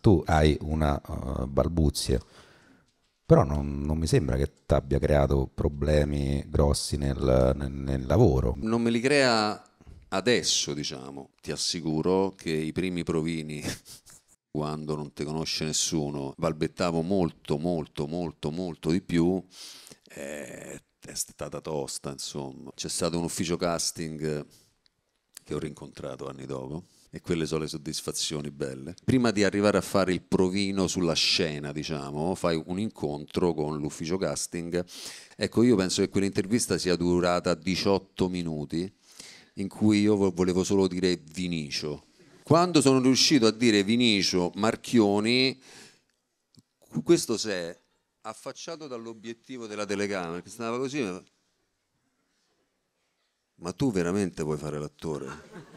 tu hai una balbuzie, però non mi sembra che ti abbia creato problemi grossi nel lavoro. Non me li crea adesso, diciamo. Ti assicuro che i primi provini, quando non ti conosce nessuno, balbettavo molto, molto, molto, molto di più. È stata tosta, insomma. C'è stato un ufficio casting che ho rincontrato anni dopo. E quelle sono le soddisfazioni belle. Prima di arrivare a fare il provino sulla scena, diciamo, fai un incontro con l'ufficio casting. Ecco, io penso che quell'intervista sia durata 18 minuti, in cui io volevo solo dire Vinicio. Quando sono riuscito a dire Vinicio Marchioni, questo si è affacciato dall'obiettivo della telecamera, che stava così, ma tu veramente vuoi fare l'attore?